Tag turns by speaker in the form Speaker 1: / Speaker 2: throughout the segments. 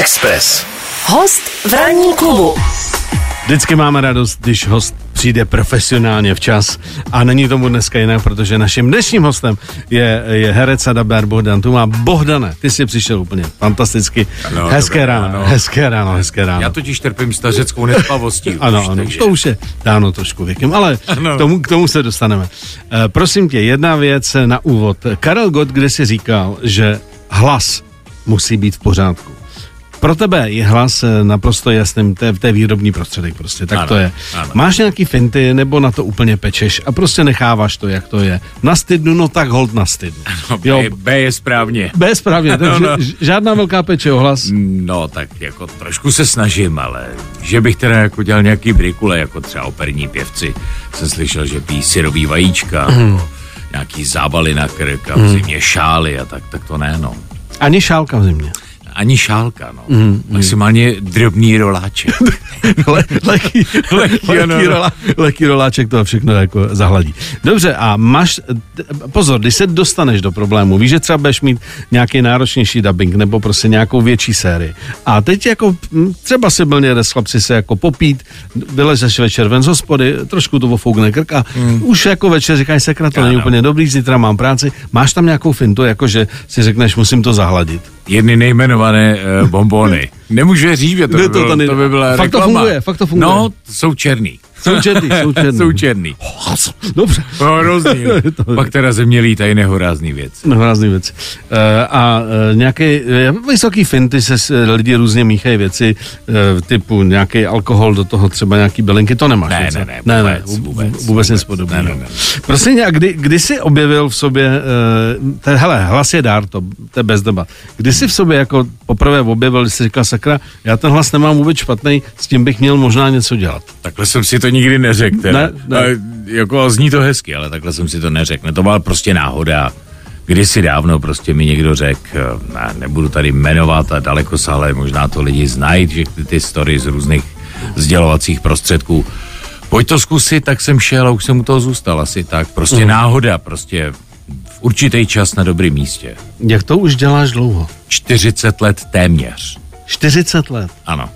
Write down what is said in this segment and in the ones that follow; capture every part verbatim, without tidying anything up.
Speaker 1: Express.
Speaker 2: Host v ranním klubu.
Speaker 3: Vždycky máme radost, když host přijde profesionálně včas a není tomu dneska jinak, protože naším dnešním hostem je, je herec a dabér Bohdan Tuma. Bohdane, ty jsi přišel úplně fantasticky. Ano, hezké ráno, ráno. hezké ráno, hezké ráno.
Speaker 4: Já totiž trpím stařeckou nespavostí.
Speaker 3: Ano,
Speaker 4: už,
Speaker 3: ano,
Speaker 4: takže...
Speaker 3: to už je dáno trošku věkem, ale k tomu, k tomu se dostaneme. Uh, prosím tě, jedna věc na úvod. Karel Gott kdysi říkal, že hlas musí být v pořádku. Pro tebe je hlas naprosto jasným, to je, to je výrobní prostředek prostě, tak ano, to je. Ano. Máš nějaký finty, nebo na to úplně pečeš a prostě necháváš to, jak to je. Na stydnu, no tak hold na stydnu.
Speaker 4: No, B, jo, B je správně.
Speaker 3: B je správně, takže no, no. Žádná velká peče o hlas.
Speaker 4: No tak jako trošku se snažím, ale že bych teda jako dělal nějaký brikule, jako třeba operní pěvci. Jsem slyšel, že pijí syrový vajíčka, mm. nějaký zábaly na krk a v zimě šály a tak, tak to ne, no.
Speaker 3: Ani šálka v zimě.
Speaker 4: Ani šálka, no. Mm, Maximálně mm. drobný roláček.
Speaker 3: Le, lehký, lehký, lehký, rola, lehký roláček to všechno jako zahladí. Dobře, a máš, pozor, když se dostaneš do problému, víš, že třeba budeš mít nějaký náročnější dubbing nebo prostě nějakou větší sérii. A teď jako třeba si byl někde s chlapci se jako popít, vylezeš večer ven z hospody, trošku to ofoukne krk a mm. už jako večer říkáš sekra, to není úplně dobrý, zítra mám práci. Máš tam nějakou fintu, jako že si řekneš, musím to zahladit.
Speaker 4: Jedny nejmenované uh, bombony. Nemůžu je říct, že to, by, bylo, to by byla
Speaker 3: fakt
Speaker 4: reklama.
Speaker 3: To funguje, fakt to funguje.
Speaker 4: No, jsou černý.
Speaker 3: Jsou černý, jsou černý.
Speaker 4: jsou černý.
Speaker 3: Dobře.
Speaker 4: No, hrozný. Pak teda země lítají nehorázný věci.
Speaker 3: Nehorázný věci. Uh, a uh, nějaké uh, vysoký finty se uh, lidi různě míchají věci, uh, typu nějaký alkohol, do toho třeba nějaký bylinky, to nemáš.
Speaker 4: Ne, ne, ne, ne, vůbec,
Speaker 3: vůbec,
Speaker 4: vůbec,
Speaker 3: vůbec nic podobného.
Speaker 4: Ne, ne, ne.
Speaker 3: Prosím, a kdy, kdy jsi objevil v sobě, uh, te, hele, hlas je dár, to, to je bez debat. Kdy jsi v sobě jako poprvé objevil, když jsi říkal, sakra, já ten hlas nemám vůbec špatný, s tím bych měl možná něco dělat.
Speaker 4: Takhle jsem si to nikdy neřekl.
Speaker 3: Ne, ne.
Speaker 4: Ale, jako zní to hezky, ale takhle jsem si to neřekl. To byla prostě náhoda. Kdysi dávno prostě mi někdo řekl, ne, nebudu tady jmenovat a dalekosáhle, možná to lidi znají, že ty, ty story z různých sdělovacích prostředků. Pojď to zkusit, tak jsem šel a už jsem u toho zůstal asi tak. Prostě mm. náhoda, prostě v určitý čas na dobrém místě.
Speaker 3: Jak to už děláš dlouho?
Speaker 4: čtyřicet let téměř.
Speaker 3: čtyřicet let?
Speaker 4: Ano.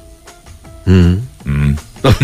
Speaker 3: Hmm.
Speaker 4: Hmm.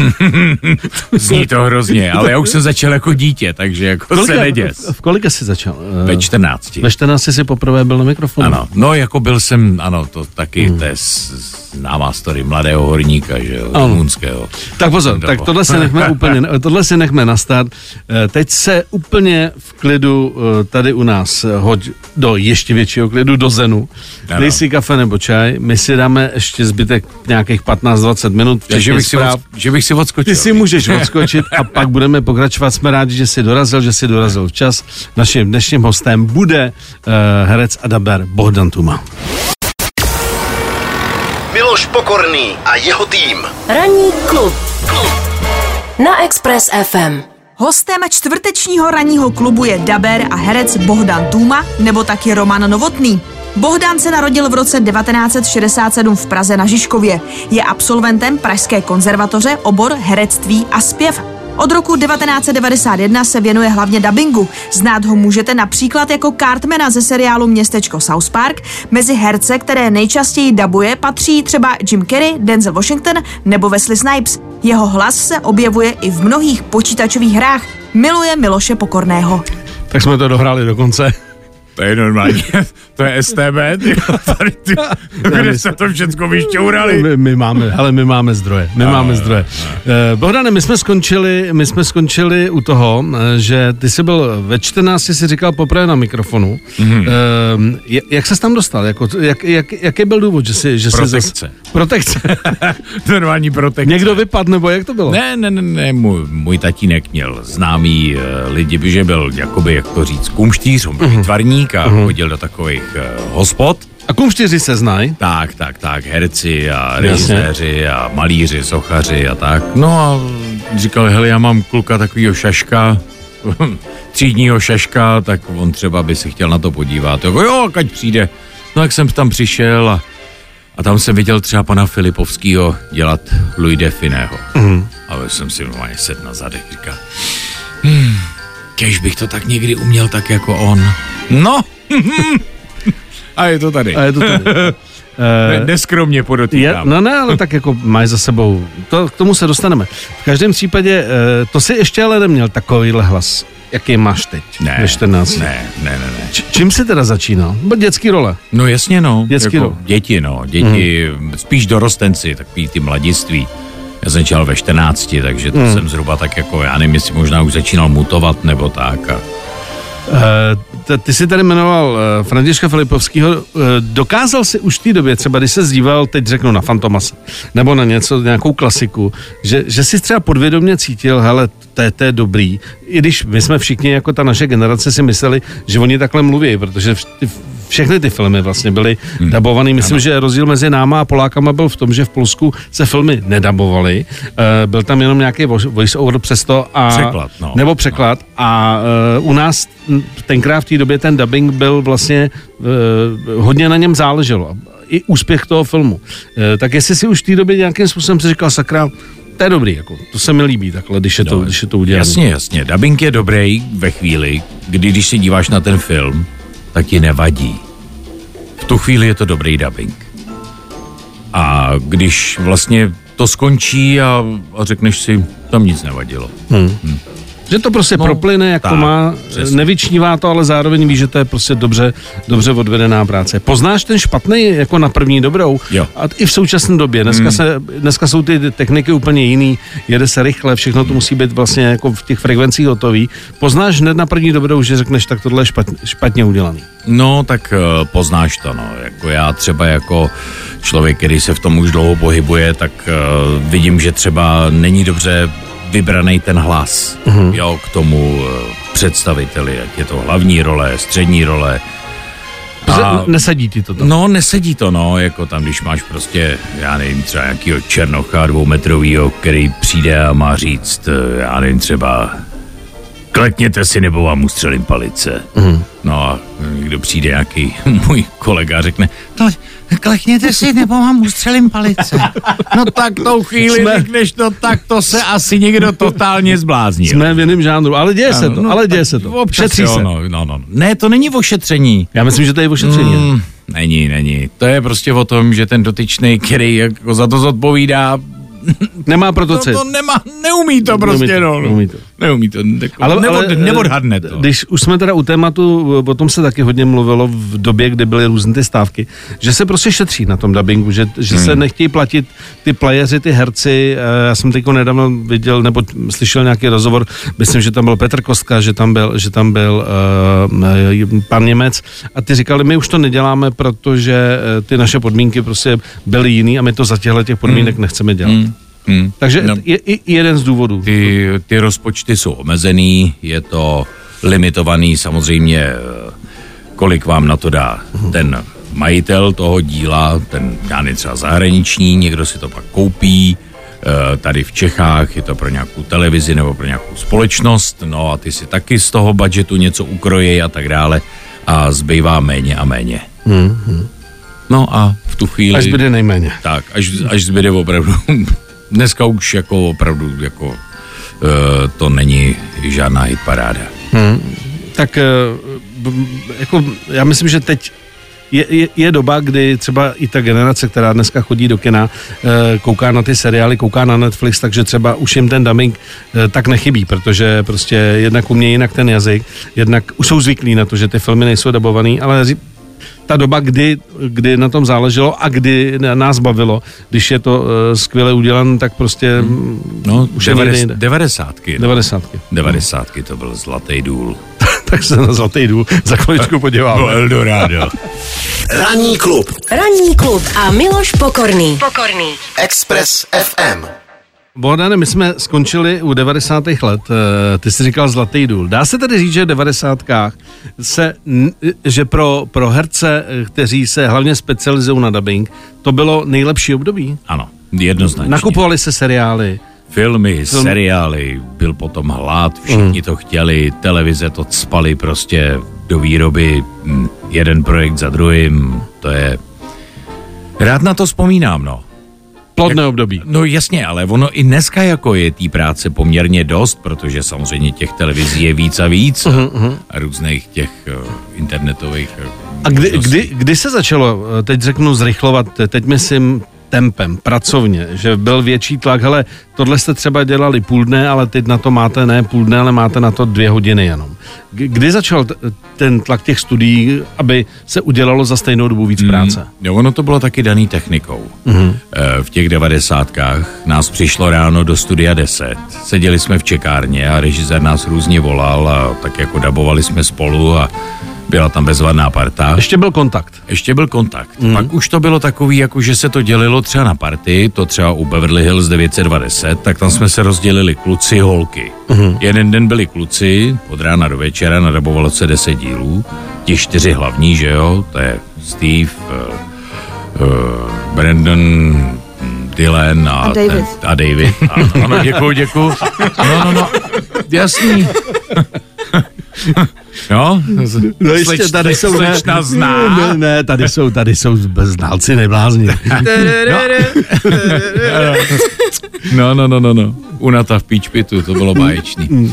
Speaker 4: Zní to hrozně, ale já už jsem začal jako dítě, takže jako kolika, se neděs.
Speaker 3: V kolika jsi začal?
Speaker 4: Ve čtrnácti.
Speaker 3: Ve čtrnácti jsi poprvé byl na mikrofonu?
Speaker 4: Ano, no jako byl jsem, ano, to taky, hmm. to je známá story mladého horníka, že jo, rumunského.
Speaker 3: Tak pozor, tak tohle si nechme úplně, tohle si nechme nastat. Teď se úplně v klidu tady u nás hoď do ještě většího klidu, do zenu. Ano. Dej si kafe nebo čaj, my si dáme ještě zbytek nějakých patnáct dvacet minut.
Speaker 4: Že bych, si od, že bych si odskočil.
Speaker 3: Ty si můžeš odskočit a pak budeme pokračovat. Jsme rádi, že jsi dorazil, že jsi dorazil včas. Naším dnešním hostem bude uh, herec a dabér Bohdan Tuma.
Speaker 1: Miloš Pokorný a jeho tým.
Speaker 2: Ranní klub. klub. Na Express F M.
Speaker 5: Hostem čtvrtečního ranního klubu je dabér a herec Bohdan Tuma, nebo taky Roman Novotný. Bohdan se narodil v roce devatenáct set šedesát sedm v Praze na Žižkově. Je absolventem Pražské konzervatoře, obor herectví a zpěv. Od roku devatenáct set devadesát jedna se věnuje hlavně dabingu. Znát ho můžete například jako Cartmana ze seriálu Městečko South Park. Mezi herce, které nejčastěji dabuje, patří třeba Jim Carrey, Denzel Washington nebo Wesley Snipes. Jeho hlas se objevuje i v mnohých počítačových hrách. Miluje Miloše Pokorného.
Speaker 3: Tak jsme to dohráli do konce.
Speaker 4: To je normální, to je S T B, ty, tady, ty, kde se to všechno vyšťourali.
Speaker 3: My, my máme, ale my máme zdroje, my a, máme zdroje. Uh, Bohdane, my jsme skončili, my jsme skončili u toho, že ty jsi byl ve čtrnácti, si říkal poprvé na mikrofonu. Mm-hmm. Uh, jak ses tam dostal? Jako, jak, jak, jaký byl důvod, že jsi... Že
Speaker 4: protekce.
Speaker 3: Jsi zas... Protekce.
Speaker 4: Normální protekce.
Speaker 3: Někdo vypadl, nebo jak to bylo?
Speaker 4: Ne, ne, ne, ne můj, můj tatínek měl známý uh, lidi, že byl, jakoby, jak to říct, kumštíř, on byl výtvarník, a uh-huh. chodil do takových uh, hospod.
Speaker 3: A kumštíři se znají?
Speaker 4: Tak, tak, tak, herci a režiséři a malíři, sochaři a tak. No a říkal, hele, já mám kluka takovýho šaška, třídního šaška, tak on třeba by si chtěl na to podívat. Jako, jo, ať přijde. No jak jsem tam přišel a, a tam jsem viděl třeba pana Filipovskýho dělat Louis de Finého. Uh-huh. A jsem si normálně sedl na zadek, říkal, hmm, kež bych to tak někdy uměl tak jako on. No, a je to tady.
Speaker 3: A je to tady.
Speaker 4: Ne, neskromně podotýkám.
Speaker 3: Je, no ne, ale tak jako máš za sebou. To, k tomu se dostaneme. V každém případě, to si ještě ale neměl takovýhle hlas, jaký máš teď
Speaker 4: ne,
Speaker 3: ve čtrnácti.
Speaker 4: Ne, ne, ne. ne.
Speaker 3: Č- čím jsi teda začínal? Bo dětský role.
Speaker 4: No jasně no.
Speaker 3: Dětský
Speaker 4: jako
Speaker 3: role.
Speaker 4: Děti no, děti, mm. spíš dorostenci, takový ty mladiství. Já jsem začal ve čtrnácti, takže to mm. jsem zhruba tak jako, já nevím, jestli možná už začínal mutovat nebo tak. A...
Speaker 3: Uh, ty jsi tady jmenoval uh, Františka Filipovského. Uh, dokázal si už v té době, třeba když se zdíval, teď řeknu na Fantomase, nebo na něco, nějakou klasiku, že, že jsi třeba podvědomě cítil, hele, to je, to je dobrý. I když my jsme všichni, jako ta naše generace, si mysleli, že oni takhle mluví, protože ty, všechny ty filmy vlastně byly hmm. dabovaný. Myslím, ano. že rozdíl mezi náma a Polákama byl v tom, že v Polsku se filmy nedabovaly. Uh, byl tam jenom nějaký voice-over přesto. A,
Speaker 4: překlad, no.
Speaker 3: Nebo překlad. No. A uh, u nás tenkrát v té době ten dubbing byl vlastně, uh, hodně na něm záleželo. I úspěch toho filmu. Uh, tak jestli si už v té době nějakým způsobem si říkal, sakra, to je dobrý, jako, to se mi líbí takhle, když je to, no, když je to udělané.
Speaker 4: Jasně, jasně. Dubbing je dobrý ve chvíli, kdy když se díváš na ten film, tak ti nevadí. V tu chvíli je to dobrý dubbing. A když vlastně to skončí a, a řekneš si, tam nic nevadilo. Hmm. Hmm.
Speaker 3: Že to prostě no, proplyne, jak tak, to má, přesně. Nevyčnívá to, ale zároveň ví, že to je prostě dobře, dobře odvedená práce. Poznáš ten špatný jako na první dobrou?
Speaker 4: Jo.
Speaker 3: A i v současné době. Dneska, hmm. se, dneska jsou ty techniky úplně jiný, jede se rychle, všechno to musí být vlastně jako v těch frekvencích hotový. Poznáš hned na první dobrou, že řekneš, tak tohle je špatně, špatně udělaný.
Speaker 4: No, tak uh, poznáš to, no. Jako já třeba jako člověk, který se v tom už dlouho pohybuje, tak uh, vidím, že třeba není dobře vybraný ten hlas, mm-hmm. jo, k tomu uh, představiteli, jak je to hlavní role, střední role.
Speaker 3: A nesedí ti to tam?
Speaker 4: No, nesedí to, no, jako tam, když máš prostě, já nevím, třeba nějakýho černocha dvoumetrovýho, který přijde a má říct, já nevím, třeba klekněte si, nebo vám ustřelím palice. Mm-hmm. No a někdo přijde, nějaký můj kolega řekne, klekněte si, nebo vám ustřelím palice. No tak tou chvíli jsme... řekneš to, tak to se asi někdo totálně zbláznil.
Speaker 3: Jsme v jiném žánru, ale děje ano, se to, no, ale děje se to. Šetří
Speaker 4: jo,
Speaker 3: se.
Speaker 4: No, no, no. Ne, to není ošetření.
Speaker 3: Já myslím, že to je ošetření. Mm,
Speaker 4: není, není. To je prostě o tom, že ten dotyčný, který jako za to zodpovídá,
Speaker 3: nemá proto cit.
Speaker 4: To, to nemá, neumí to prostě, neumí to, no. Neumí to. Neumí to. Ale, nevod, ale neodhadne to.
Speaker 3: Když už jsme teda u tématu, o tom se taky hodně mluvilo v době, kdy byly různé ty stávky, že se prostě šetří na tom dabingu, že, že hmm. se nechtějí platit ty playeři, ty herci. Já jsem teďko nedávno viděl, nebo slyšel nějaký rozhovor, myslím, že tam byl Petr Kostka, že tam byl, že tam byl uh, pan Němec a ty říkali, my už to neděláme, protože ty naše podmínky prostě byly jiný a my to za těchto těch podmínek hmm. nechceme dělat. Hmm. Hmm. Takže no, je i jeden z důvodů.
Speaker 4: Ty, ty rozpočty jsou omezený, je to limitovaný samozřejmě, kolik vám na to dá hmm. ten majitel toho díla, ten já nevím, třeba zahraniční, někdo si to pak koupí, tady v Čechách je to pro nějakou televizi nebo pro nějakou společnost, no a ty si taky z toho budžetu něco ukrojí a tak dále a zbývá méně a méně. Hmm. No a v tu chvíli...
Speaker 3: Až zbyde nejméně.
Speaker 4: Tak, až, až zbyde opravdu... Dneska už jako opravdu jako uh, to není žádná hitparáda. Hmm.
Speaker 3: Tak uh, jako já myslím, že teď je, je, je doba, kdy třeba i ta generace, která dneska chodí do kina, uh, kouká na ty seriály, kouká na Netflix, takže třeba už jim ten dubbing uh, tak nechybí, protože prostě jednak umějí jinak ten jazyk, jednak už jsou zvyklí na to, že ty filmy nejsou dabovaný, ale ta doba, kdy, kdy na tom záleželo a kdy nás bavilo, když je to uh, skvěle udělan, tak prostě hmm.
Speaker 4: no, už devades, devadesátky. No.
Speaker 3: Devadesátky.
Speaker 4: Devadesátky, to byl Zlatý důl.
Speaker 3: Tak se na Zlatý důl za chviličku podíváme.
Speaker 4: No, Eldorado.
Speaker 1: Ranní klub.
Speaker 2: Ranní klub a Miloš Pokorný. Pokorný.
Speaker 1: Express ef em.
Speaker 3: Bohdane, my jsme skončili u devadesátých let, ty jsi říkal Zlatý důl. Dá se tedy říct, že v devadesátkách se, že pro, pro herce, kteří se hlavně specializují na dubbing, to bylo nejlepší období?
Speaker 4: Ano, jednoznačně.
Speaker 3: Nakupovali se seriály.
Speaker 4: Filmy, Film... seriály, byl potom hlad, všichni mm. to chtěli, televize to cpali prostě do výroby, jeden projekt za druhým, to je... Rád na to vzpomínám, no.
Speaker 3: Plodné období.
Speaker 4: No jasně, ale ono i dneska jako je té práce poměrně dost, protože samozřejmě těch televizí je víc a víc uh-huh. a různých těch uh, internetových uh,
Speaker 3: A kdy, kdy, kdy se začalo, teď řeknu zrychlovat, teď myslím tempem, pracovně, že byl větší tlak, hele, tohle jste třeba dělali půl dne, ale teď na to máte ne půl dne, ale máte na to dvě hodiny jenom. Kdy začal t- ten tlak těch studií, aby se udělalo za stejnou dobu víc práce?
Speaker 4: Mm, jo, ono to bylo taky daný technikou. Mm-hmm. E, v těch devadesátkách nás přišlo ráno do studia deset, seděli jsme v čekárně a režisér nás různě volal a tak jako dabovali jsme spolu a byla tam bezvadná parta.
Speaker 3: Ještě byl kontakt.
Speaker 4: Ještě byl kontakt. Mm. Pak už to bylo takový, jako že se to dělilo třeba na party, to třeba u Beverly Hills devět set dvacet, tak tam jsme se rozdělili kluci, holky. Mm. Jeden den byli kluci, od rána do večera, nadabovalo se deset dílů. Ti čtyři hlavní, že jo, to je Steve, uh, uh, Brandon, Dylan a,
Speaker 5: a David.
Speaker 4: Ten, a David. Ano, ano, děkuju, děkuju. No, no, no, jasný. Jo?
Speaker 3: No ještě, tady jsou
Speaker 4: slečna zná.
Speaker 3: Ne, ne, tady jsou, tady jsou znalci neblázni.
Speaker 4: No, no, no, no, no. Unata v Peach Pitu, to bylo báječný.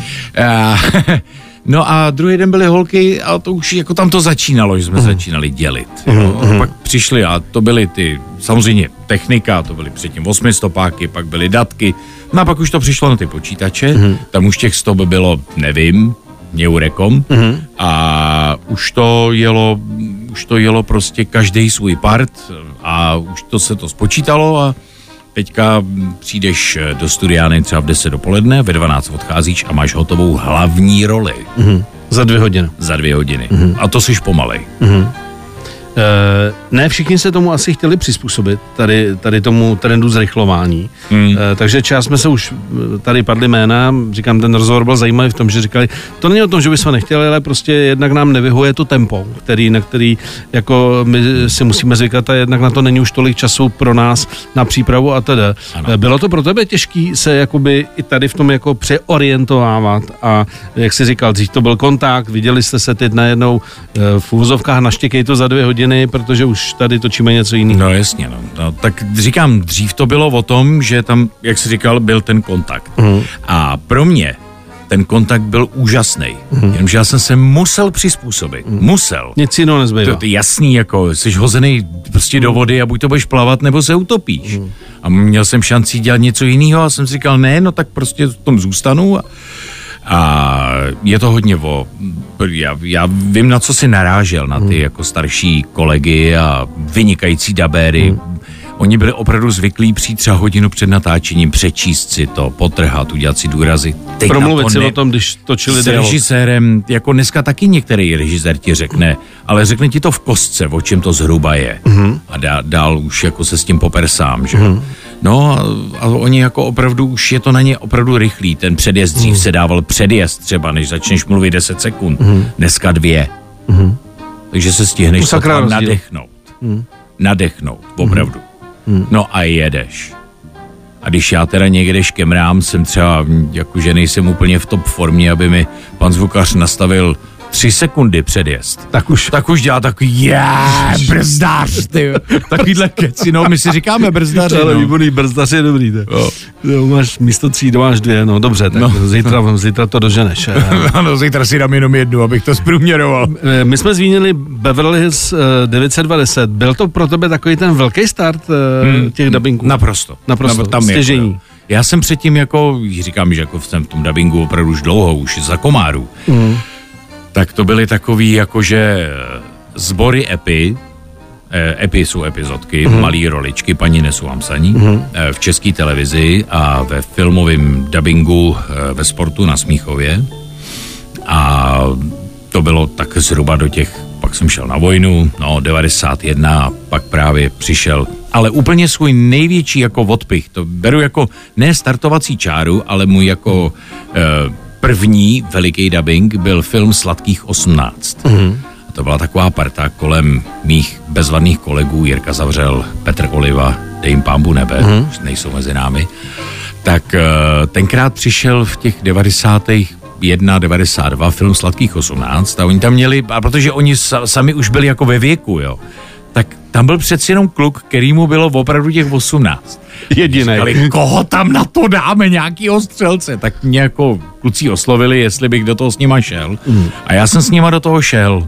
Speaker 4: No a druhý den byly holky a to už jako tam to začínalo, že jsme uh-huh. začínali dělit. Jo. Uh-huh. Pak přišli a to byly ty, samozřejmě technika, to byly předtím osmistopáky, pak byly datky, no a pak už to přišlo na ty počítače, uh-huh. tam už těch stop bylo, nevím, Neurekom uh-huh. a už to jelo, už to jelo prostě každý svůj part a už to se to spočítalo a teďka přijdeš do studiány třeba v deset dopoledne, ve dvanáct odcházíš a máš hotovou hlavní roli.
Speaker 3: Uh-huh. Za dvě hodiny.
Speaker 4: Za dvě hodiny. Uh-huh. A to jsi pomalej.
Speaker 3: Uh-huh. Uh, ne všichni se tomu asi chtěli přizpůsobit, tady, tady tomu trendu zrychlování. Mm. Uh, takže část jsme se už, tady padly jména, říkám, ten rozhovor byl zajímavý v tom, že říkali, to není o tom, že bychom nechtěli, ale prostě jednak nám nevyhovuje to tempo, který, na který jako my si musíme zvykat a jednak na to není už tolik času pro nás na přípravu a teda. Ano. Bylo to pro tebe těžký se jakoby i tady v tom jako přeorientovávat a jak jsi říkal, dřív to byl kontakt, viděli jste se teď najednou v úvozovkách, naštěkej to za dvě hodiny, protože už tady točíme něco jiného.
Speaker 4: No jasně, no. no. Tak říkám, dřív to bylo o tom, že tam, jak jsi říkal, byl ten kontakt. Uh-huh. A pro mě ten kontakt byl úžasný. Uh-huh. Jenomže já jsem se musel přizpůsobit. Uh-huh. Musel.
Speaker 3: Nic jiného nezbývá.
Speaker 4: To, to jasný, jako jsi hozený prostě do vody a buď to budeš plavat, nebo se utopíš. Uh-huh. A měl jsem šanci dělat něco jiného a jsem si říkal, ne, no tak prostě v tom zůstanu a A je to hodně o, já, já vím, na co si narážel, na ty hmm. jako starší kolegy a vynikající dabéry. Hmm. Oni byli opravdu zvyklí přijít třeba hodinu před natáčením, přečíst si to, potrhat, udělat si důrazy. Teď
Speaker 3: promluvit si ne... o tom, když točili
Speaker 4: s režisérem, jako dneska taky některý režisér ti řekne, ale řekne ti to v kostce, o čem to zhruba je. Hmm. A dá, dál už jako se s tím popersám, že? Hmm. No a oni jako opravdu, už je to na ně opravdu rychlý. Ten předjezd dřív mm. se dával předjezd třeba, než začneš mluvit deset sekund. Mm. Dneska dvě. Mm. Takže se stihneš nadechnout. Mm. Nadechnout, opravdu. Mm. No a jedeš. A když já teda někde škemrám, jsem třeba, jakože nejsem úplně v top formě, aby mi pan zvukař nastavil tři sekundy předjezd.
Speaker 3: Tak už.
Speaker 4: Tak už dělá takový, yeah, brzdář, ty. Takovýhle keci, no, my si říkáme brzdaři,
Speaker 3: ale
Speaker 4: no.
Speaker 3: výborný brzdař je dobrý, tak. No. No, máš místo tří, máš dvě, no dobře, tak no. Zítra, zítra to doženeš.
Speaker 4: Ano, zítra si dám jenom jednu, abych to zprůměroval.
Speaker 3: My jsme zmínili Beverly Hills devět set dvacet. Byl to pro tebe takový ten velký start hmm. těch dabingů?
Speaker 4: Naprosto.
Speaker 3: Naprosto,
Speaker 4: tam
Speaker 3: stěžení.
Speaker 4: Jako, já jsem předtím jako, říkám, že jako jsem v tom dabingu opravdu už dlouho, už za komáru. Hmm. Tak to byly takový jakože sbory epi, eh, epi jsou epizodky, mm-hmm. malý roličky, paní nesu vám saní, mm-hmm. eh, v české televizi a ve filmovém dabingu eh, ve Sportu na Smíchově. A to bylo tak zhruba do těch, pak jsem šel na vojnu, no devadesát jedna a pak právě přišel, ale úplně svůj největší jako odpich, to beru jako ne startovací čáru, ale můj jako eh, první veliký dabing byl film Sladkých osmnáct. Mm. A to byla taková parta kolem mých bezvadných kolegů, Jirka Zavřel, Petr Oliva, dej jim pánbu nebe, mm. už nejsou mezi námi. Tak tenkrát přišel v těch devadesátých jedna, devadesát dva film Sladkých osmnáct a oni tam měli, a protože oni sami už byli jako ve věku, jo, tak tam byl přeci jenom kluk, kterýmu bylo opravdu těch osmnáct.
Speaker 3: Jedinej.
Speaker 4: Říkali, koho tam na to dáme, nějakýho střelce. Tak mě jako kluci oslovili, jestli bych do toho s nima šel. Mm. A já jsem s nima do toho šel.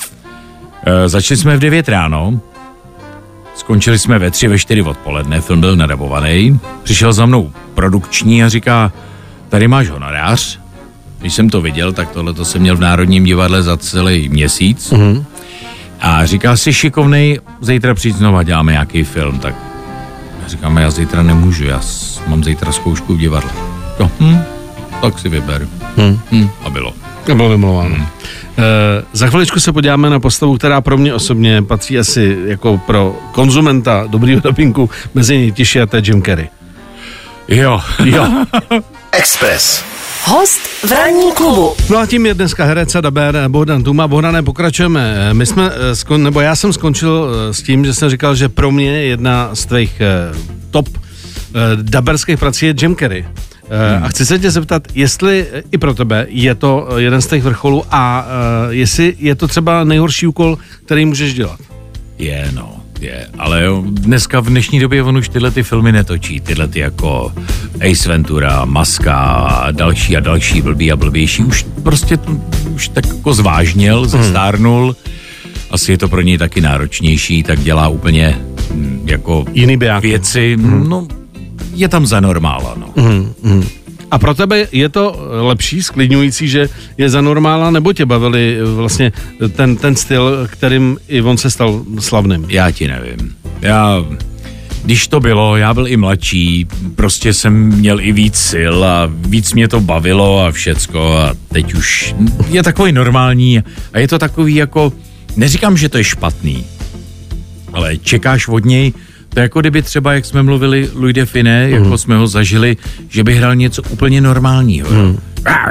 Speaker 4: E, začali jsme v devět ráno, skončili jsme ve tři, ve čtyři odpoledne, film byl nadabovaný. Přišel za mnou produkční a říká, tady máš honorář. Když jsem to viděl, tak tohleto jsem měl v Národním divadle za celý měsíc. Mm. A říká, jsi šikovnej, zítra přijď znova, děláme nějaký film. Tak říkáme, já zítra nemůžu, já mám zítra zkoušku v divadle. No, hm, tak si vyber. Hmm. Hm, a bylo.
Speaker 3: A bylo vymlouváno. Hmm. E, za chviličku se podíváme na postavu, která pro mě osobně patří asi jako pro konzumenta dobrýho dabingu mezi nejtěžší a to je Jim Carrey.
Speaker 4: Jo, jo.
Speaker 1: Express.
Speaker 2: Host v ranní klubu.
Speaker 3: No a tím je dneska herec a dabér Bohdan Tůma. Bohdane, pokračujeme. My jsme, skon, nebo já jsem skončil s tím, že jsem říkal, že pro mě jedna z tvých top daberských prací je Jim Carrey. Hmm. A chci se tě zeptat, jestli i pro tebe je to jeden z těch vrcholů a jestli je to třeba nejhorší úkol, který můžeš dělat.
Speaker 4: Je, no. Je, ale jo, dneska v dnešní době on už tyhle ty filmy netočí, tyhle ty jako Ace Ventura, Maska a další a další blbý a blbější, už prostě to, už tak jako zvážněl, zestárnul, asi je to pro něj taky náročnější, tak dělá úplně jako
Speaker 3: jiný biják.
Speaker 4: Věci, hmm. no je tam za normála, no.
Speaker 3: Hmm, hmm. A pro tebe je to lepší, sklidňující, že je za normála, nebo tě bavili vlastně ten, ten styl, kterým i on se stal slavným?
Speaker 4: Já ti nevím. Já, když to bylo, já byl i mladší, prostě jsem měl i víc sil a víc mě to bavilo a všecko a teď už je takový normální a je to takový jako, neříkám, že to je špatný, ale čekáš od něj. To je jako kdyby třeba, jak jsme mluvili Louis de Funès, mm. jako jsme ho zažili, že by hrál něco úplně normálního. Mm.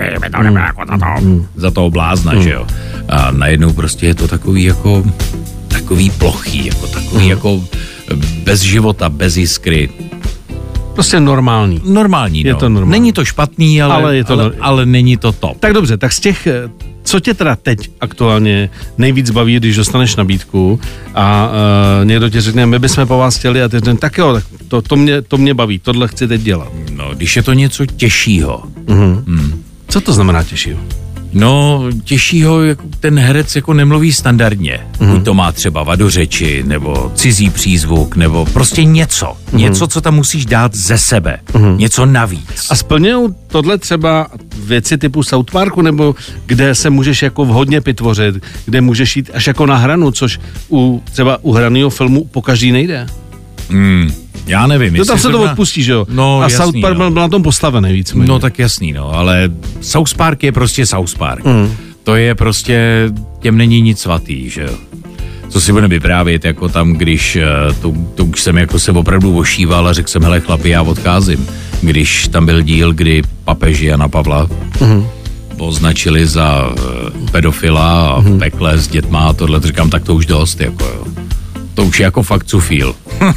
Speaker 4: Mm. Za toho blázna, mm. že jo. A najednou prostě je to takový jako, takový plochý, jako takový mm. jako bez života, bez jiskry.
Speaker 3: Prostě normální.
Speaker 4: Normální,
Speaker 3: je
Speaker 4: no.
Speaker 3: to normální.
Speaker 4: Není to špatný, ale, ale, je to ale, ale není to top.
Speaker 3: Tak dobře, tak z těch, co tě teda teď aktuálně nejvíc baví, když dostaneš nabídku a uh, někdo ti řekne, my bychom po vás chtěli a ty řekne, tak jo, tak to, to, mě, to mě baví, tohle chci teď dělat.
Speaker 4: No, když je to něco těžšího.
Speaker 3: Uh-huh. Hmm. Co to znamená těžšího?
Speaker 4: No, těžšího, jako ten herec jako nemluví standardně. Mm. Buď to má třeba vadu řeči, nebo cizí přízvuk, nebo prostě něco. Mm. Něco, co tam musíš dát ze sebe. Mm. Něco navíc.
Speaker 3: A splňují tohle třeba věci typu South Parku, nebo kde se můžeš jako vhodně pitvořit, kde můžeš jít až jako na hranu, což u třeba u hraného filmu pokaždý nejde?
Speaker 4: Hmm, já nevím.
Speaker 3: No tam se to odpustí, že jo?
Speaker 4: No,
Speaker 3: a
Speaker 4: jasný,
Speaker 3: South Park byl
Speaker 4: no.
Speaker 3: na tom postavený víc.
Speaker 4: No tak jasný, no, ale South Park je prostě South Park. Mm. To je prostě, těm není nic svatý, že jo? Co si budeme vyprávět, jako tam, když to, to už jsem jako se opravdu ošíval a řekl jsem, hele chlapi, já odcházím. Když tam byl díl, kdy papež Jana Pavla mm. označili za pedofila a mm. pekle s dětma a tohle, říkám, tak to už dost, jako jo. To už je jako fakt cufíl.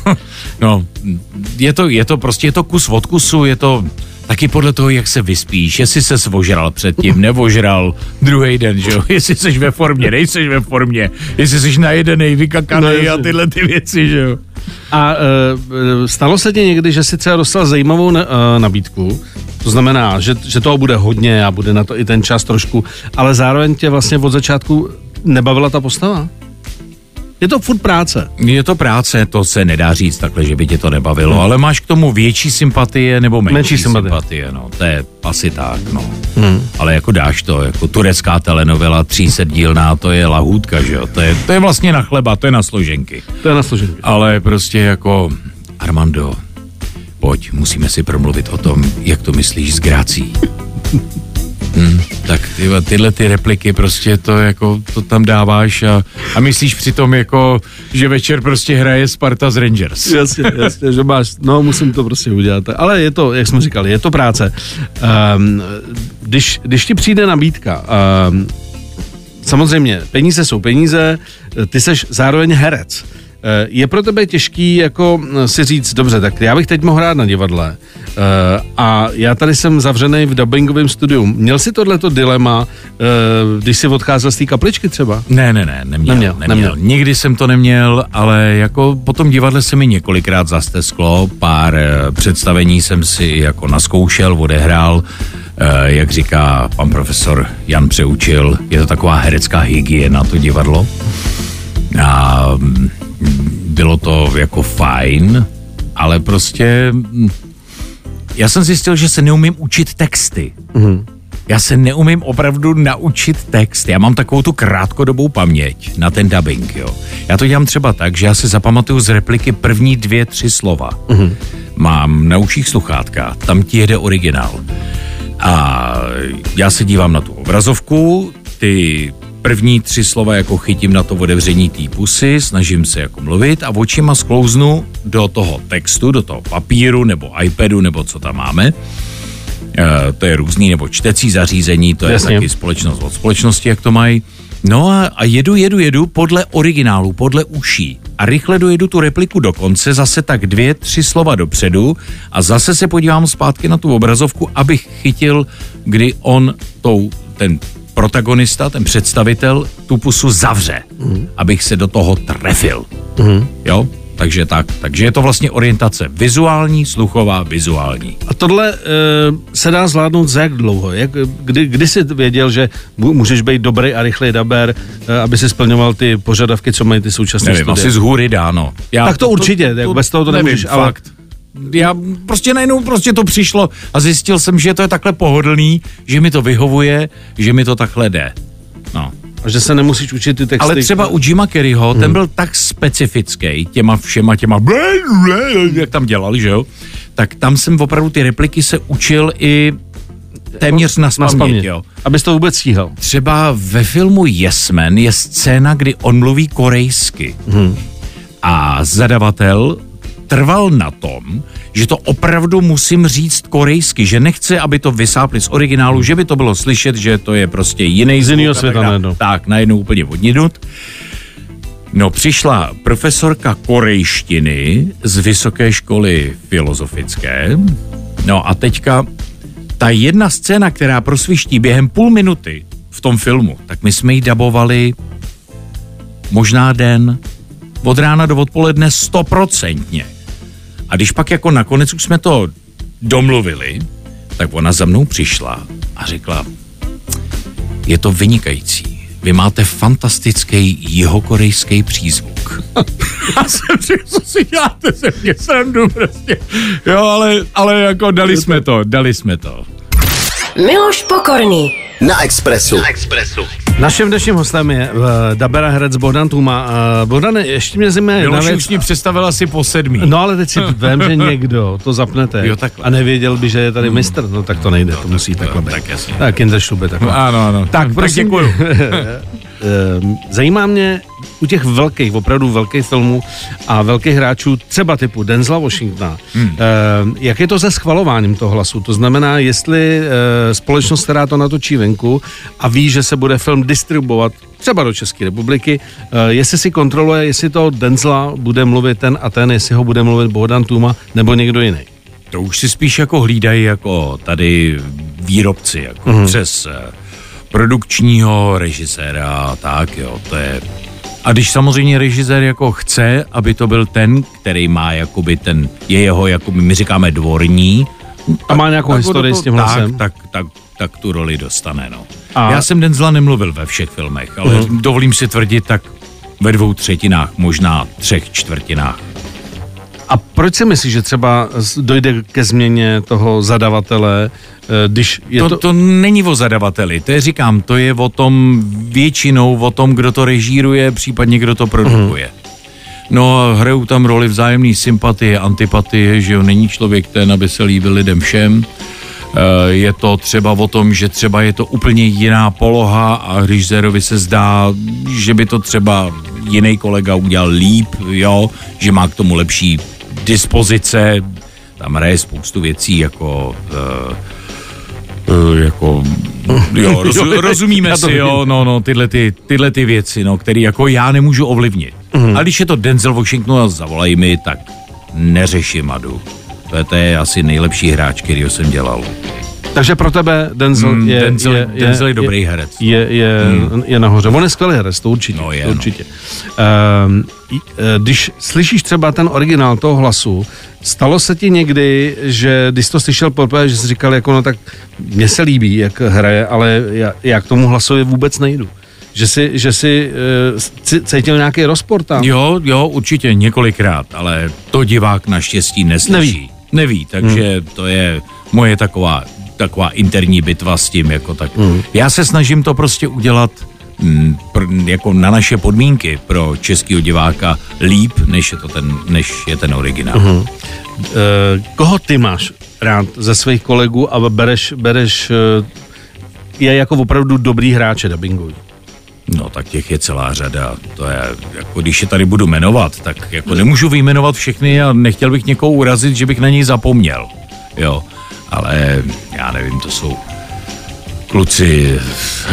Speaker 4: No, je to, je to prostě, je to kus od kusu, je to taky podle toho, jak se vyspíš, jestli se svožral předtím, nevožral druhý den, že jo, jestli jsi ve formě, nejseš ve formě, jestli jsi najedenej, vykakanej no, a tyhle ty věci, že jo.
Speaker 3: A e, stalo se ti někdy, že jsi třeba dostal zajímavou ne, e, nabídku, to znamená, že, že toho bude hodně a bude na to i ten čas trošku, ale zároveň tě vlastně od začátku nebavila ta postava? Je to furt práce.
Speaker 4: Je to práce, to se nedá říct takhle, že by tě to nebavilo, hmm. ale máš k tomu větší sympatie nebo menší, menší sympatie. sympatie, no, to je asi tak, no. Hmm. Ale jako dáš to, jako turecká telenovela třísetdílná, to je lahůdka, že jo, to je, to je vlastně na chleba, to je na složenky.
Speaker 3: To je na složenky.
Speaker 4: Ale prostě jako, Armando, pojď, musíme si promluvit o tom, jak to myslíš s Grací. Hmm, tak tyhle, tyhle ty repliky prostě to jako, to tam dáváš a, a myslíš přitom jako, že večer prostě hraje Sparta z Rangers.
Speaker 3: Jasně, jasně, že máš, no musím to prostě udělat, ale je to, jak jsme říkali, je to práce. Um, když, když ti přijde nabídka, um, samozřejmě peníze jsou peníze, ty seš zároveň herec. Je pro tebe těžký jako si říct, dobře, tak já bych teď mohl hrát na divadle, a já tady jsem zavřený v dubbingovém studiu. Měl jsi tohleto dilema, uh, když jsi odcházel z té kapličky třeba?
Speaker 4: Ne, ne, ne, neměl,
Speaker 3: neměl,
Speaker 4: neměl.
Speaker 3: neměl.
Speaker 4: Nikdy jsem to neměl, ale jako po tom divadle se mi několikrát zastesklo, pár uh, představení jsem si jako naskoušel, odehrál, uh, jak říká pan profesor Jan Přeučil, je to taková herecká hygiena, to divadlo. A um, bylo to jako fajn, ale prostě já jsem zjistil, že se neumím učit texty. Mm. Já se neumím opravdu naučit text. Já mám takovou tu krátkodobou paměť na ten dubbing, jo. Já to dělám třeba tak, že já si zapamatuju z repliky první dvě, tři slova. Mm. Mám na uších sluchátka, tam ti jede originál. A já se dívám na tu obrazovku, ty první tři slova jako chytím na to otevření té pusy, snažím se jako mluvit a očima sklouznu do toho textu, do toho papíru nebo iPadu nebo co tam máme. E, to je různý, nebo čtecí zařízení, to je Jasně. taky společnost od společnosti, jak to mají. No a, a jedu, jedu, jedu podle originálu, podle uší. A rychle dojedu tu repliku do konce, zase tak dvě, tři slova dopředu a zase se podívám zpátky na tu obrazovku, abych chytil, kdy on tou, ten protagonista, ten představitel, tu pusu zavře, mm. abych se do toho trefil. Mm. Jo? Takže tak. Takže je to vlastně orientace vizuální, sluchová, vizuální.
Speaker 3: A tohle e, se dá zvládnout za jak dlouho? Jak, kdy, kdy jsi věděl, že můžeš být dobrý a rychlej daber, e, aby si splňoval ty požadavky, co mají ty současné
Speaker 4: nevím, studie? Asi z hůry dáno. Já
Speaker 3: tak to, to určitě, to, to, bez toho to nevím, nemůžeš. Ale...
Speaker 4: Fakt. Já prostě najednou prostě to přišlo a zjistil jsem, že to je takhle pohodlný, že mi to vyhovuje, že mi to takhle jde. No.
Speaker 3: A že se nemusíš učit ty texty.
Speaker 4: Ale třeba u Jima Carreyho, hmm. ten byl tak specifický těma všema těma, jak tam dělali, že jo? Tak tam jsem opravdu ty repliky se učil i téměř na spaměť, jo.
Speaker 3: Abys to vůbec stíhal.
Speaker 4: Třeba ve filmu Yes Man je scéna, kdy on mluví korejsky. Hmm. A zadavatel trval na tom, že to opravdu musím říct korejsky, že nechce, aby to vysápli z originálu, že by to bylo slyšet, že to je prostě jiný
Speaker 3: z jiného světa najednou.
Speaker 4: Tak, najednou úplně odnědut. No, přišla profesorka korejštiny z Vysoké školy filozofické. No a teďka ta jedna scéna, která prosviští během půl minuty v tom filmu, tak my jsme ji dabovali možná den, od rána do odpoledne stoprocentně. A když pak jako nakonec už jsme to domluvili, tak ona za mnou přišla a řekla, je to vynikající. Vy máte fantastický jihokorejský přízvuk. Já jsem řekl, co si děláte, se mě srandu prostě. Jo, ale, ale jako dali jsme to, dali jsme to.
Speaker 2: Miloš Pokorný.
Speaker 1: Na Expressu. Na Expressu.
Speaker 3: Naším dnešním hostem je uh, daber a herec Bohdan Tůma. Uh, Bohdane, ještě mě zajímá jedna věc.
Speaker 4: Už mě představil asi po sedmý.
Speaker 3: No ale teď si vím, že někdo to zapnete jo, a nevěděl by, že je tady mistr. No tak to nejde, no, to musí tak, takhle být. Tak jasně. Tak Kinderstube takhle.
Speaker 4: Ano, ano.
Speaker 3: Tak, tak prosím, děkuju. Zajímá mě u těch velkých, opravdu velkých filmů a velkých hráčů, třeba typu Denzela Washingtona, hmm. jak je to se schvalováním toho hlasu? To znamená, jestli společnost, která to natočí venku a ví, že se bude film distribuovat třeba do České republiky, jestli si kontroluje, jestli to Denzela bude mluvit ten a ten, jestli ho bude mluvit Bohdan Tůma nebo někdo jiný.
Speaker 4: To už si spíš jako hlídají jako tady výrobci, jako hmm. přes produkčního režiséra a tak, jo, to je... A když samozřejmě režisér jako chce, aby to byl ten, který má jakoby ten, je jeho, jakoby my říkáme dvorní.
Speaker 3: A má nějakou historii s tím hlasem.
Speaker 4: Tak, tak, tak, tak tu roli dostane, no. A... Já jsem Denzela nemluvil ve všech filmech, ale uh-huh. dovolím si tvrdit tak ve dvou třetinách, možná třech čtvrtinách.
Speaker 3: A proč si myslíš, že třeba dojde ke změně toho zadavatele, když je
Speaker 4: to...
Speaker 3: To,
Speaker 4: to není o zadavateli, to je, říkám, to je o tom většinou, o tom, kdo to režíruje, případně kdo to produkuje. Uh-huh. No a hrajou tam roli vzájemný sympatie, antipatie, že jo, není člověk ten, aby se líbil lidem všem. Je to třeba o tom, že třeba je to úplně jiná poloha a režisérovi se zdá, že by to třeba jiný kolega udělal líp, jo, že má k tomu lepší dispozice, tam hraje spoustu věcí jako uh, uh, jako jo, roz, rozumíme si, jo, no, no, tyhle ty, tyhle ty věci, no, které jako já nemůžu ovlivnit. Mm. A když je to Denzel Washington a zavolají mi, tak neřeším, Adu. To je, to je asi nejlepší hráč, kterýho jsem dělal.
Speaker 3: Takže pro tebe Denzel
Speaker 4: mm,
Speaker 3: je,
Speaker 4: Denzel,
Speaker 3: je, je,
Speaker 4: Denzel je dobrý herec.
Speaker 3: Je, je, mm. je nahoře. On je skvělý herec, to určitě.
Speaker 4: No je,
Speaker 3: to určitě. No. Um, když slyšíš třeba ten originál toho hlasu, stalo se ti někdy, že když to slyšel poprvé, že jsi říkal, jako no tak mně se líbí, jak hraje, ale já, já k tomu hlasovi vůbec nejdu. Že si, že si uh, cítil nějaký rozpor tam?
Speaker 4: Jo, jo, určitě několikrát, ale to divák naštěstí neslyší.
Speaker 3: Neví.
Speaker 4: Neví, takže hmm. to je moje taková, taková interní bitva s tím, jako tak. Hmm. Já se snažím to prostě udělat m, pr, jako na naše podmínky pro českýho diváka líp, než je, to ten, než je ten originál. Hmm.
Speaker 3: E, koho ty máš rád ze svých kolegů a bereš, bereš je jako opravdu dobrý hráče dabingují?
Speaker 4: No tak těch je celá řada, to je, jako když je tady budu jmenovat, tak jako nemůžu vyjmenovat všechny a nechtěl bych někoho urazit, že bych na něj zapomněl, jo, ale já nevím, to jsou kluci,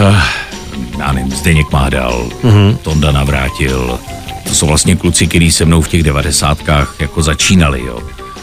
Speaker 4: já nevím, Zdeněk Máhdal, mm-hmm. Tonda Navrátil, to jsou vlastně kluci, kteří se mnou v těch devadesátkách jako začínali, jo,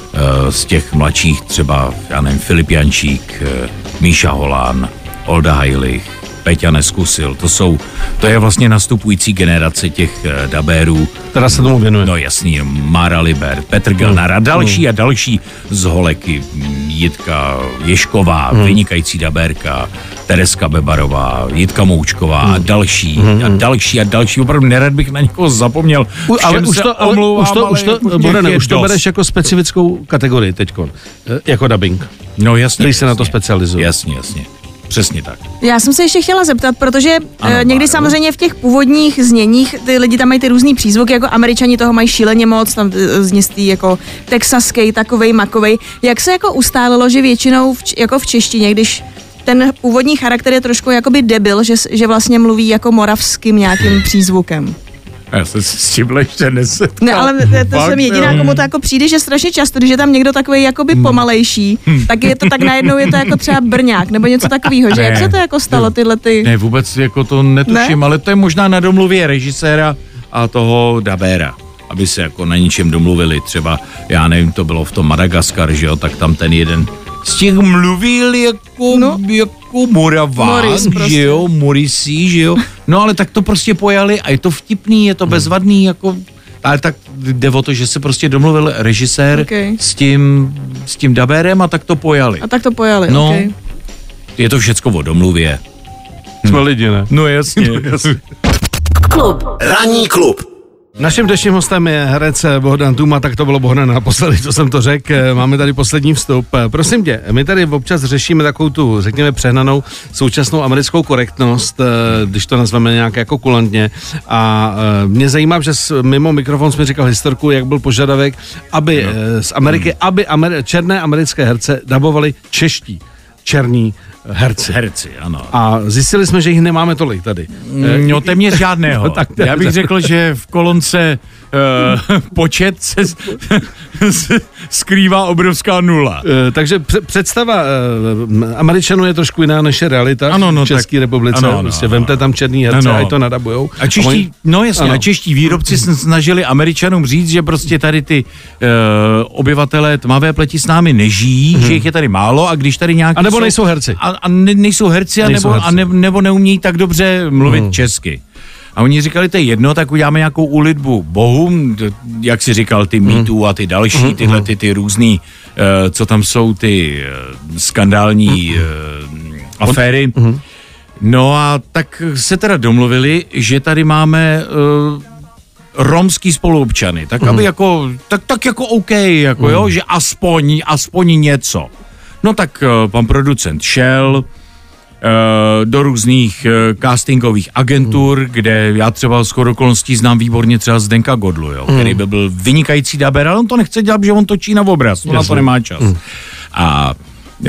Speaker 4: z těch mladších třeba, já nevím, Filip Jančík, Míša Holán, Olda Hajlich, Peťa Neskusil, to jsou, to je vlastně nastupující generace těch uh, dabérů.
Speaker 3: Která se tomu věnuje.
Speaker 4: No jasný, Mára Liber, Petr Gelnar a další mm. a další z Holeky, Jitka Ješková, mm. vynikající dabérka, Tereska Bebarová, Jitka Moučková mm. a další mm. a další a další, opravdu nerad bych na někoho zapomněl.
Speaker 3: U, ale už to, ale už to, už to, Borane, už to bereš jako specifickou kategorii teďkon, jako dabing.
Speaker 4: No jasně.
Speaker 3: Který se na to specializuje.
Speaker 4: Jasně, jasně. Přesně tak.
Speaker 5: Já jsem se ještě chtěla zeptat, protože ano, někdy Máro. Samozřejmě v těch původních zněních ty lidi tam mají ty různý přízvuky, jako Američani toho mají šíleně moc, tam zněstí jako texaskej, takovej, makovej. Jak se jako ustálilo, že většinou v, jako v češtině, když ten původní charakter je trošku jakoby debil, že, že vlastně mluví jako moravským nějakým přízvukem?
Speaker 4: Já jsem se s tímhle ještě nesetkal.
Speaker 5: Ne, ale to, to jsem jediná, komu to jako přijde, že strašně často, když je tam někdo takový jakoby pomalejší, hmm. tak je to tak najednou je to jako třeba Brňák, nebo něco takového, že ne, jak se to jako stalo tyhle ty...
Speaker 4: Ne, vůbec jako to netuším, ne? Ale to je možná na domluvě režiséra a toho dabéra, aby se jako na ničem domluvili, třeba, já nevím, to bylo v tom Madagaskar, že jo, tak tam ten jeden z těch mluvil jako, no. jako Moraván, Morris, prostě. Že jo, Morisí, že jo. No ale tak to prostě pojali a je to vtipný, je to bezvadný, jako, ale tak jde o to, že se prostě domluvil režisér okay. s tím, s tím dabérem a tak to pojali.
Speaker 5: A tak to pojali,
Speaker 4: no,
Speaker 5: okay.
Speaker 4: Je to všecko o domluvě.
Speaker 3: Jsme hm. lidi, ne?
Speaker 4: No jasně, jasně.
Speaker 2: Klub.
Speaker 1: Ranní klub.
Speaker 3: Naším dnešním hostem je herec Bohdan Tůma, tak to bylo Bohdan naposledy, co jsem to řekl. Máme tady poslední vstup. Prosím tě, my tady občas řešíme takovou tu, řekněme, přehnanou současnou americkou korektnost, když to nazveme nějak jako kulantně. A mě zajímá, že mimo mikrofon jsme říkal historku, jak byl požadavek, aby no. z Ameriky, hmm. aby Amer- černé americké herce dabovali čeští černí herci.
Speaker 4: Herci, ano.
Speaker 3: A zjistili jsme, že jich nemáme tolik tady.
Speaker 4: No téměř žádného. Tak já bych řekl, že v kolonce uh, počet se, se skrývá obrovská nula.
Speaker 3: Uh, takže pře- představa uh, Američanů je trošku jiná než je realita
Speaker 4: ano, no,
Speaker 3: v České
Speaker 4: tak,
Speaker 3: republice.
Speaker 4: Ano, ano,
Speaker 3: prostě
Speaker 4: ano.
Speaker 3: vemte tam černý herce
Speaker 4: ano.
Speaker 3: a to nadabujou.
Speaker 4: A čeští, a oni, no jasně, ano. a čeští výrobci se snažili Američanům říct, že prostě tady ty uh, obyvatelé tmavé pleti s námi nežijí, hmm. že jich je tady málo a když tady nějaký...
Speaker 3: A nebo
Speaker 4: jsou,
Speaker 3: nejsou herci.
Speaker 4: A, a ne, nejsou herci, a
Speaker 3: nejsou
Speaker 4: nebo,
Speaker 3: herci.
Speaker 4: A ne, nebo neumějí tak dobře mluvit hmm. česky. A oni říkali, to je jedno, tak uděláme nějakou úlitbu bohu, jak si říkal, ty
Speaker 3: hmm.
Speaker 4: mýtů a ty další, hmm. tyhle ty, ty různý, uh, co tam jsou, ty uh, skandální uh, aféry. Hmm. No a tak se teda domluvili, že tady máme uh, romský spoluobčany, tak aby hmm. jako, tak, tak jako OK, jako hmm. jo, že aspoň, aspoň něco. No tak uh, pan producent šel uh, do různých uh, castingových agentur, hmm. kde já třeba shodou okolností znám výborně třeba Zdenka Godlu, jo, hmm. který by byl vynikající daber, ale on to nechce dělat, že on točí na obraz, on na to nemá čas. Hmm. A, uh,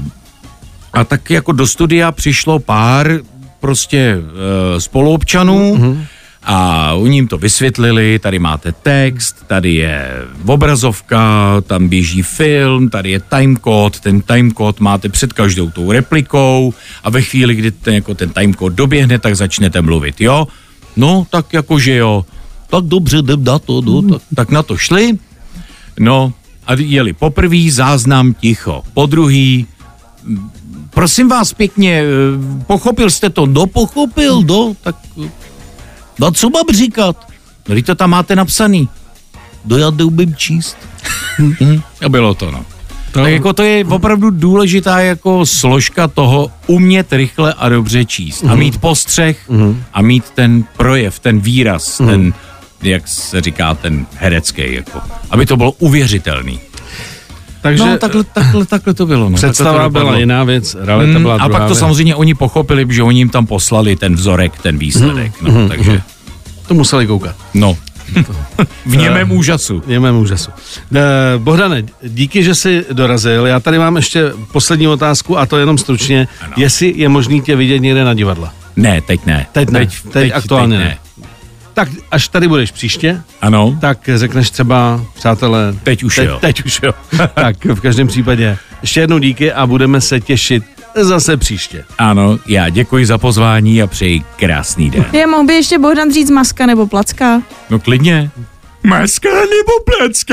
Speaker 4: a tak jako do studia přišlo pár prostě uh, spoluobčanů, hmm. a oni jim to vysvětlili, tady máte text, tady je obrazovka, tam běží film, tady je timecode, ten timecode máte před každou tou replikou a ve chvíli, kdy ten, jako ten timecode doběhne, tak začnete mluvit, jo? No, tak jakože jo, tak dobře, jdem na to, no, tak, tak na to šli, no a jeli poprvý záznam ticho, po druhý prosím vás pěkně, pochopil jste to? No pochopil, do, tak no co mám říkat? No to tam máte napsaný. Do já neumím číst. A bylo to, no. To... Tak jako to je opravdu důležitá jako složka toho umět rychle a dobře číst. Mm. A mít postřeh mm. a mít ten projev, ten výraz, mm. ten, jak se říká, ten herecký, jako, aby to bylo uvěřitelný. Takže no, takhle, takhle, takhle to bylo. No.
Speaker 3: Představa
Speaker 4: to
Speaker 3: byla jiná věc, realita mm, byla druhá
Speaker 4: A pak to
Speaker 3: věc.
Speaker 4: samozřejmě oni pochopili, že oni jim tam poslali ten vzorek, ten výsledek. Mm, no, mm, takže... Mm.
Speaker 3: To museli koukat.
Speaker 4: No. V němém úžasu.
Speaker 3: V němém úžasu. Bohdane, díky, že jsi dorazil. Já tady mám ještě poslední otázku a to jenom stručně. Ano. Jestli je možný tě vidět někde na divadla?
Speaker 4: Ne, teď ne.
Speaker 3: Teď ne, teď, teď, teď aktuálně teď ne. ne. Tak až tady budeš příště,
Speaker 4: ano.
Speaker 3: Tak řekneš třeba, přátelé,
Speaker 4: teď už
Speaker 3: teď,
Speaker 4: jo.
Speaker 3: Teď už jo. Tak v každém případě ještě jednou díky a budeme se těšit zase příště.
Speaker 4: Ano, já děkuji za pozvání a přeji krásný den.
Speaker 5: Je, mohl by ještě Bohdan říct maska nebo placka?
Speaker 4: No klidně. Maska nebo placka?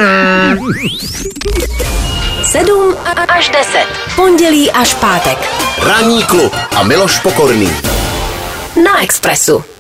Speaker 2: sedm až deset. Pondělí až pátek.
Speaker 1: Ranní klub a Miloš Pokorný.
Speaker 2: Na Expressu.